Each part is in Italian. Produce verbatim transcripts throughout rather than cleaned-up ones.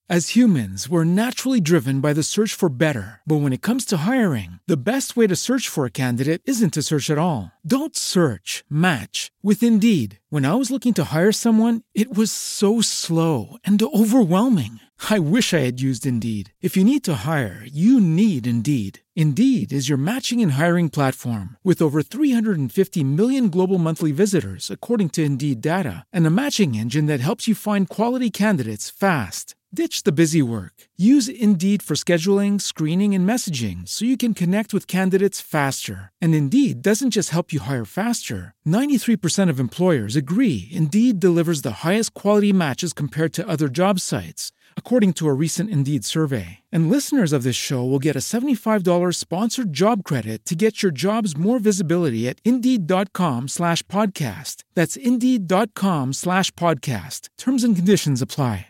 As humans, we're naturally driven by the search for better. But when it comes to hiring, the best way to search for a candidate isn't to search at all. Don't search, match with Indeed. When I was looking to hire someone, it was so slow and overwhelming. I wish I had used Indeed. If you need to hire, you need Indeed. Indeed is your matching and hiring platform with over three hundred fifty million global monthly visitors, according to Indeed data, and a matching engine that helps you find quality candidates fast. Ditch the busy work. Use Indeed for scheduling, screening, and messaging so you can connect with candidates faster. And Indeed doesn't just help you hire faster. ninety-three percent of employers agree Indeed delivers the highest quality matches compared to other job sites, according to a recent Indeed survey. And listeners of this show will get a seventy-five dollars sponsored job credit to get your jobs more visibility at Indeed.com slash podcast. That's Indeed.com slash podcast. Terms and conditions apply.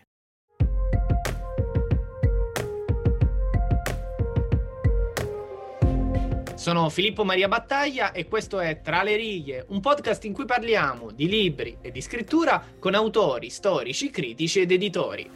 Sono Filippo Maria Battaglia e questo è Tra le righe, un podcast in cui parliamo di libri e di scrittura con autori, storici, critici ed editori.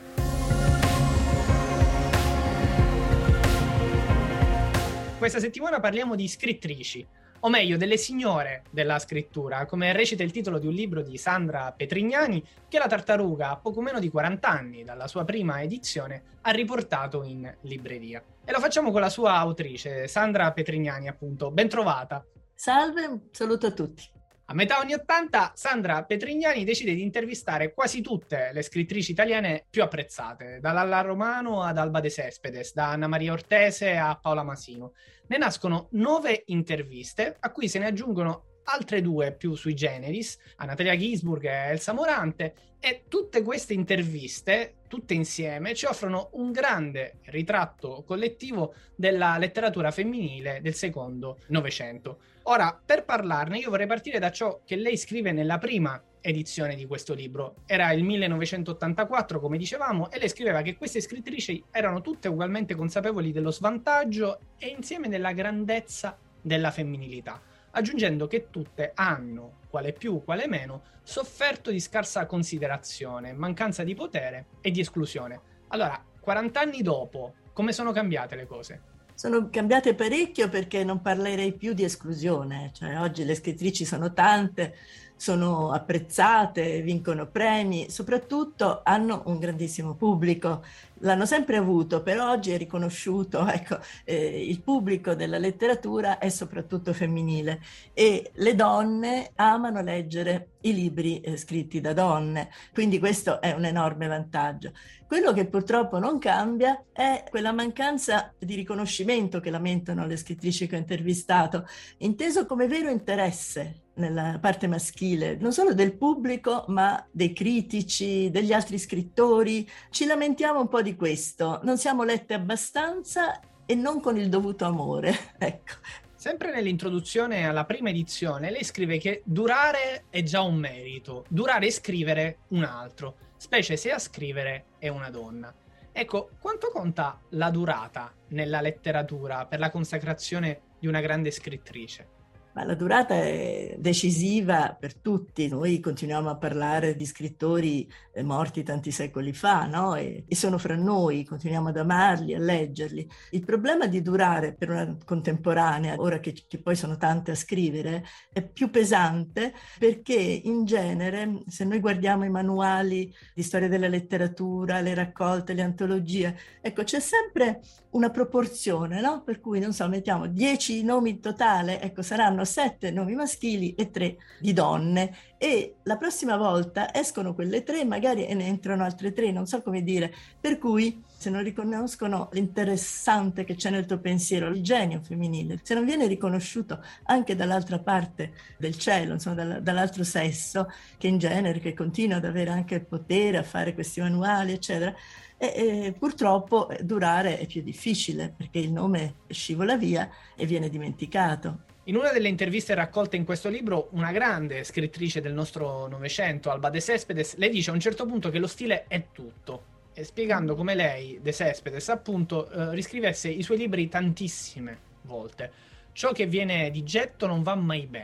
Questa settimana parliamo di scrittrici, o meglio delle signore della scrittura, come recita il titolo di un libro di Sandra Petrignani che La Tartaruga, a poco meno di quaranta anni dalla sua prima edizione, ha riportato in libreria. E lo facciamo con la sua autrice, Sandra Petrignani, appunto. Ben trovata. Salve, un saluto a tutti. A metà anni ottanta, Sandra Petrignani decide di intervistare quasi tutte le scrittrici italiane più apprezzate, da Lalla Romano ad Alba De Cespedes, da Anna Maria Ortese a Paola Masino. Ne nascono nove interviste, a cui se ne aggiungono altre due più sui generis, a Natalia Ginzburg e Elsa Morante, e tutte queste interviste, tutte insieme, ci offrono un grande ritratto collettivo della letteratura femminile del secondo Novecento. Ora, per parlarne, io vorrei partire da ciò che lei scrive nella prima edizione di questo libro. Era il millenovecentottantaquattro, come dicevamo, e lei scriveva che queste scrittrici erano tutte ugualmente consapevoli dello svantaggio e insieme della grandezza della femminilità, aggiungendo che tutte hanno, quale più, quale meno, sofferto di scarsa considerazione, mancanza di potere e di esclusione. Allora, quaranta anni dopo, come sono cambiate le cose? Sono cambiate parecchio, perché non parlerei più di esclusione, cioè oggi le scrittrici sono tante, sono apprezzate, vincono premi, soprattutto hanno un grandissimo pubblico. L'hanno sempre avuto, però oggi è riconosciuto, ecco, eh, il pubblico della letteratura è soprattutto femminile e le donne amano leggere i libri eh, scritti da donne, quindi questo è un enorme vantaggio. Quello che purtroppo non cambia è quella mancanza di riconoscimento che lamentano le scrittrici che ho intervistato, inteso come vero interesse nella parte maschile, non solo del pubblico, ma dei critici, degli altri scrittori. Ci lamentiamo un po' di questo, non siamo lette abbastanza e non con il dovuto amore, ecco. Sempre nell'introduzione alla prima edizione, lei scrive che durare è già un merito, durare e scrivere un altro, specie se a scrivere è una donna. Ecco, quanto conta la durata nella letteratura per la consacrazione di una grande scrittrice? Ma la durata è decisiva per tutti. Noi continuiamo a parlare di scrittori morti tanti secoli fa, no? E, e sono fra noi, continuiamo ad amarli, a leggerli. Il problema di durare per una contemporanea, ora che, che poi sono tante a scrivere, è più pesante, perché in genere, se noi guardiamo i manuali di storia della letteratura, le raccolte, le antologie, ecco, c'è sempre una proporzione, no? Per cui, non so, mettiamo dieci nomi in totale, ecco, saranno sette nomi maschili e tre di donne, e la prossima volta escono quelle tre magari e ne entrano altre tre, non so come dire, per cui se non riconoscono l'interessante che c'è nel tuo pensiero, il genio femminile, se non viene riconosciuto anche dall'altra parte del cielo, insomma dal, dall'altro sesso, che in genere che continua ad avere anche il potere a fare questi manuali eccetera, e, e purtroppo durare è più difficile, perché il nome scivola via e viene dimenticato. In una delle interviste raccolte in questo libro, una grande scrittrice del nostro Novecento, Alba De Cespedes, le dice a un certo punto che lo stile è tutto, e spiegando come lei, De Cespedes, appunto, eh, riscrivesse i suoi libri tantissime volte. Ciò che viene di getto non va mai bene,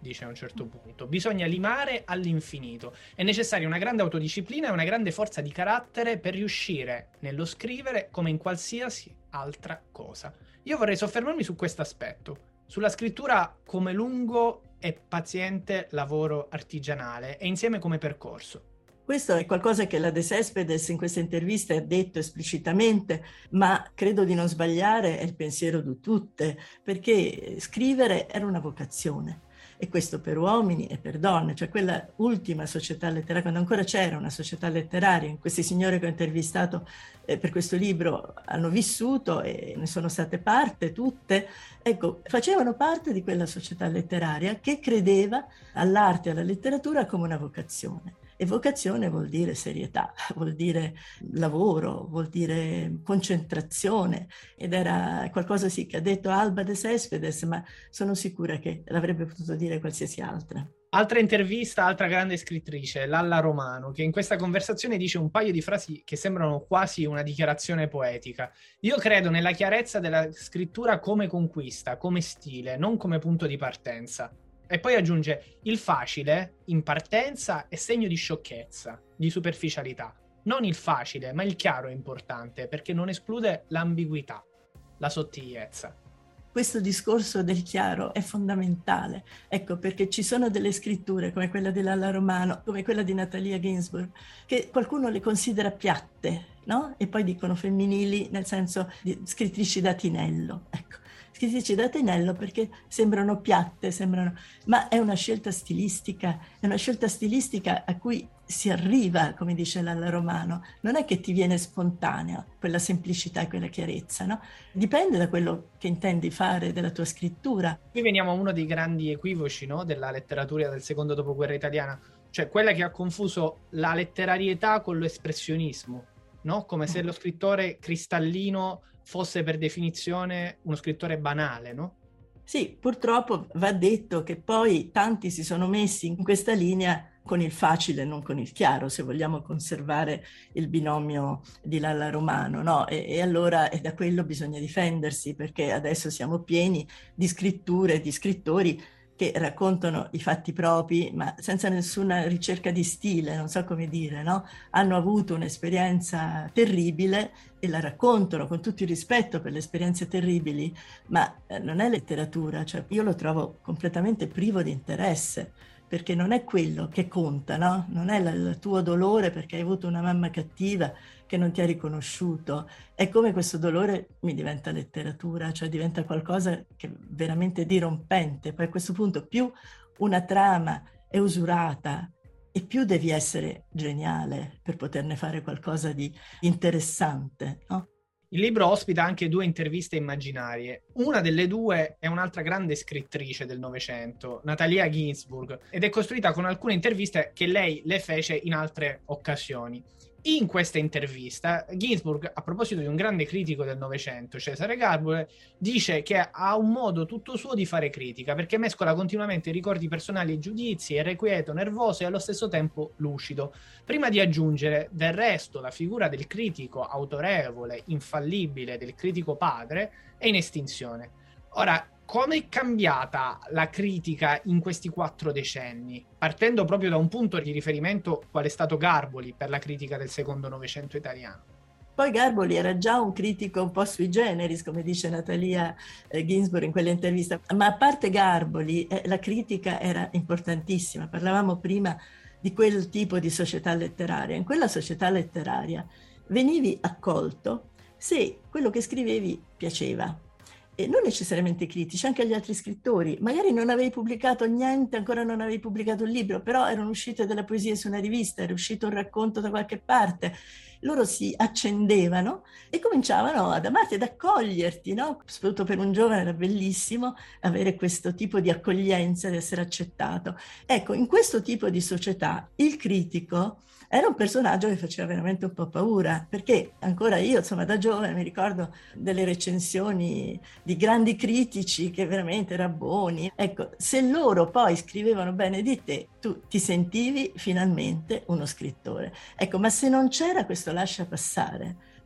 dice a un certo punto, bisogna limare all'infinito. È necessaria una grande autodisciplina e una grande forza di carattere per riuscire nello scrivere come in qualsiasi altra cosa. Io vorrei soffermarmi su questo aspetto, sulla scrittura come lungo e paziente lavoro artigianale e insieme come percorso. Questo è qualcosa che la De Cespedes in questa intervista ha detto esplicitamente, ma credo di non sbagliare, è il pensiero di tutte, perché scrivere era una vocazione. E questo per uomini e per donne, cioè quella ultima società letteraria, quando ancora c'era una società letteraria, in queste signore che ho intervistato eh, per questo libro hanno vissuto e ne sono state parte tutte, ecco, facevano parte di quella società letteraria che credeva all'arte e alla letteratura come una vocazione. E vocazione vuol dire serietà, vuol dire lavoro, vuol dire concentrazione, ed era qualcosa sì che ha detto Alba De Cespedes, ma sono sicura che l'avrebbe potuto dire qualsiasi altra. Altra intervista, altra grande scrittrice, Lalla Romano, che in questa conversazione dice un paio di frasi che sembrano quasi una dichiarazione poetica. Io credo nella chiarezza della scrittura come conquista, come stile, non come punto di partenza. E poi aggiunge, il facile, in partenza, è segno di sciocchezza, di superficialità. Non il facile, ma il chiaro è importante, perché non esclude l'ambiguità, la sottigliezza. Questo discorso del chiaro è fondamentale, ecco, perché ci sono delle scritture come quella di Lalla Romano, come quella di Natalia Ginzburg, che qualcuno le considera piatte, no? E poi dicono femminili, nel senso di scrittrici da tinello, ecco. Scrittrici da tinello perché sembrano piatte, sembrano... ma è una scelta stilistica, è una scelta stilistica a cui si arriva, come dice Lalla Romano, non è che ti viene spontanea quella semplicità e quella chiarezza, no? Dipende da quello che intendi fare della tua scrittura. Qui veniamo a uno dei grandi equivoci, no, della letteratura del secondo dopoguerra italiana, cioè quella che ha confuso la letterarietà con l'espressionismo, no? Come se lo scrittore cristallino fosse per definizione uno scrittore banale, no? Sì, purtroppo va detto che poi tanti si sono messi in questa linea con il facile e non con il chiaro, se vogliamo conservare il binomio di Lalla Romano, no? E, e allora e da quello bisogna difendersi, perché adesso siamo pieni di scritture, di scrittori che raccontano i fatti propri, ma senza nessuna ricerca di stile, non so come dire, no? Hanno avuto un'esperienza terribile e la raccontano con tutto il rispetto per le esperienze terribili, ma non è letteratura, cioè io lo trovo completamente privo di interesse, perché non è quello che conta, no? Non è il tuo dolore perché hai avuto una mamma cattiva che non ti ha riconosciuto. È come questo dolore mi diventa letteratura, cioè diventa qualcosa che è veramente dirompente. Poi a questo punto più una trama è usurata e più devi essere geniale per poterne fare qualcosa di interessante, no? Il libro ospita anche due interviste immaginarie. Una delle due è un'altra grande scrittrice del Novecento, Natalia Ginzburg, ed è costruita con alcune interviste che lei le fece in altre occasioni. In questa intervista, Ginzburg, a proposito di un grande critico del Novecento, Cesare Garbule, dice che ha un modo tutto suo di fare critica, perché mescola continuamente ricordi personali e giudizi, è irrequieto, nervoso e allo stesso tempo lucido. Prima di aggiungere, del resto, la figura del critico autorevole, infallibile, del critico padre, è in estinzione. Ora, come è cambiata la critica in questi quattro decenni? Partendo proprio da un punto di riferimento qual è stato Garboli per la critica del secondo Novecento italiano. Poi Garboli era già un critico un po' sui generis, come dice Natalia eh, Ginzburg in quell'intervista, ma a parte Garboli eh, la critica era importantissima. Parlavamo prima di quel tipo di società letteraria. In quella società letteraria venivi accolto se quello che scrivevi piaceva. E non necessariamente critici, anche agli altri scrittori. Magari non avevi pubblicato niente, ancora non avevi pubblicato un libro, però erano uscite delle poesie su una rivista, era uscito un racconto da qualche parte. Loro si accendevano e cominciavano ad amarti, ad accoglierti, no? Soprattutto per un giovane era bellissimo avere questo tipo di accoglienza, di essere accettato. Ecco, in questo tipo di società il critico era un personaggio che faceva veramente un po' paura, perché ancora io, insomma, da giovane mi ricordo delle recensioni di grandi critici che veramente erano buoni. Ecco, se loro poi scrivevano bene di te, tu ti sentivi finalmente uno scrittore. Ecco, ma se non c'era questo lascia passare,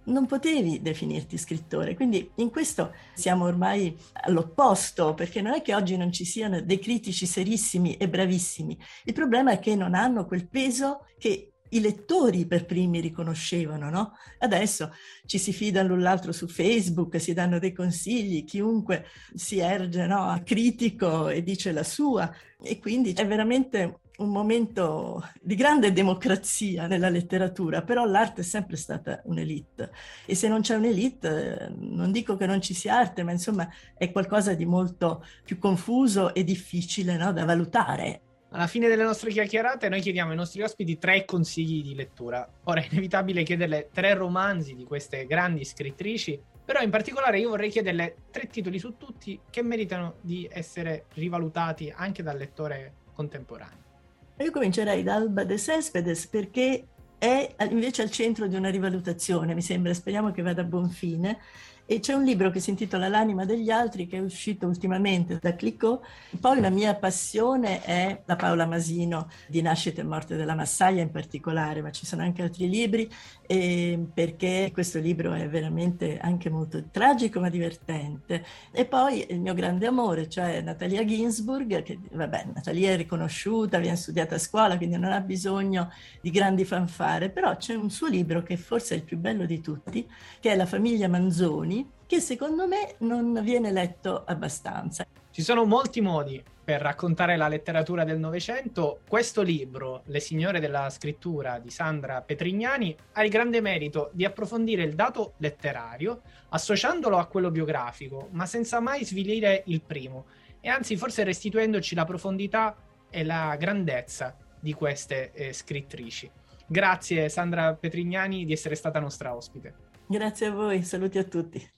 non potevi definirti scrittore. Quindi in questo siamo ormai all'opposto, perché non è che oggi non ci siano dei critici serissimi e bravissimi, il problema è che non hanno quel peso che i lettori per primi riconoscevano, no? Adesso ci si fida l'un l'altro su Facebook, si danno dei consigli, chiunque si erge, no, a critico e dice la sua, e quindi è veramente un momento di grande democrazia nella letteratura, però l'arte è sempre stata un'elite, e se non c'è un'elite, non dico che non ci sia arte, ma insomma è qualcosa di molto più confuso e difficile, no, da valutare. Alla fine delle nostre chiacchierate noi chiediamo ai nostri ospiti tre consigli di lettura. Ora è inevitabile chiederle tre romanzi di queste grandi scrittrici, però in particolare io vorrei chiederle tre titoli su tutti che meritano di essere rivalutati anche dal lettore contemporaneo. Io comincerei da Alba de Céspedes, perché è invece al centro di una rivalutazione, mi sembra, speriamo che vada a buon fine. E c'è un libro che si intitola L'anima degli altri, che è uscito ultimamente da Clicquot. Poi la mia passione è la Paola Masino, di Nascita e morte della Massaia in particolare, ma ci sono anche altri libri, eh, perché questo libro è veramente anche molto tragico ma divertente. E poi il mio grande amore, cioè Natalia Ginzburg, che vabbè, Natalia è riconosciuta, viene studiata a scuola, quindi non ha bisogno di grandi fanfare, però c'è un suo libro che forse è il più bello di tutti, che è La famiglia Manzoni, che secondo me non viene letto abbastanza. Ci sono molti modi per raccontare la letteratura del Novecento. Questo libro, Le signore della scrittura di Sandra Petrignani, ha il grande merito di approfondire il dato letterario, associandolo a quello biografico, ma senza mai svilire il primo, e anzi forse restituendoci la profondità e la grandezza di queste eh, scrittrici. Grazie Sandra Petrignani di essere stata nostra ospite. Grazie a voi, saluti a tutti.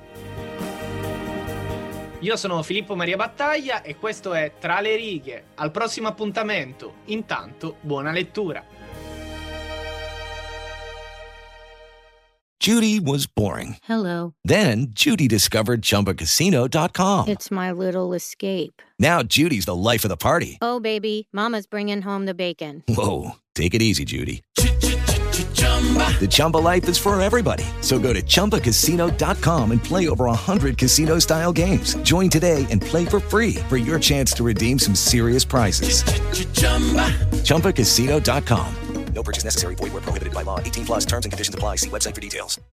Io sono Filippo Maria Battaglia e questo è Tra le righe. Al prossimo appuntamento. Intanto, buona lettura. Judy was boring. Hello. Then Judy discovered Chumba Casino dot com. It's my little escape. Now Judy's the life of the party. Oh, baby, mama's bringing home the bacon. Whoa, take it easy, Judy. The Chumba life is for everybody. So go to Chumba Casino dot com and play over one hundred casino-style games. Join today and play for free for your chance to redeem some serious prizes. Chumba Casino dot com. No purchase necessary. Void where prohibited by law. eighteen plus terms and conditions apply. See website for details.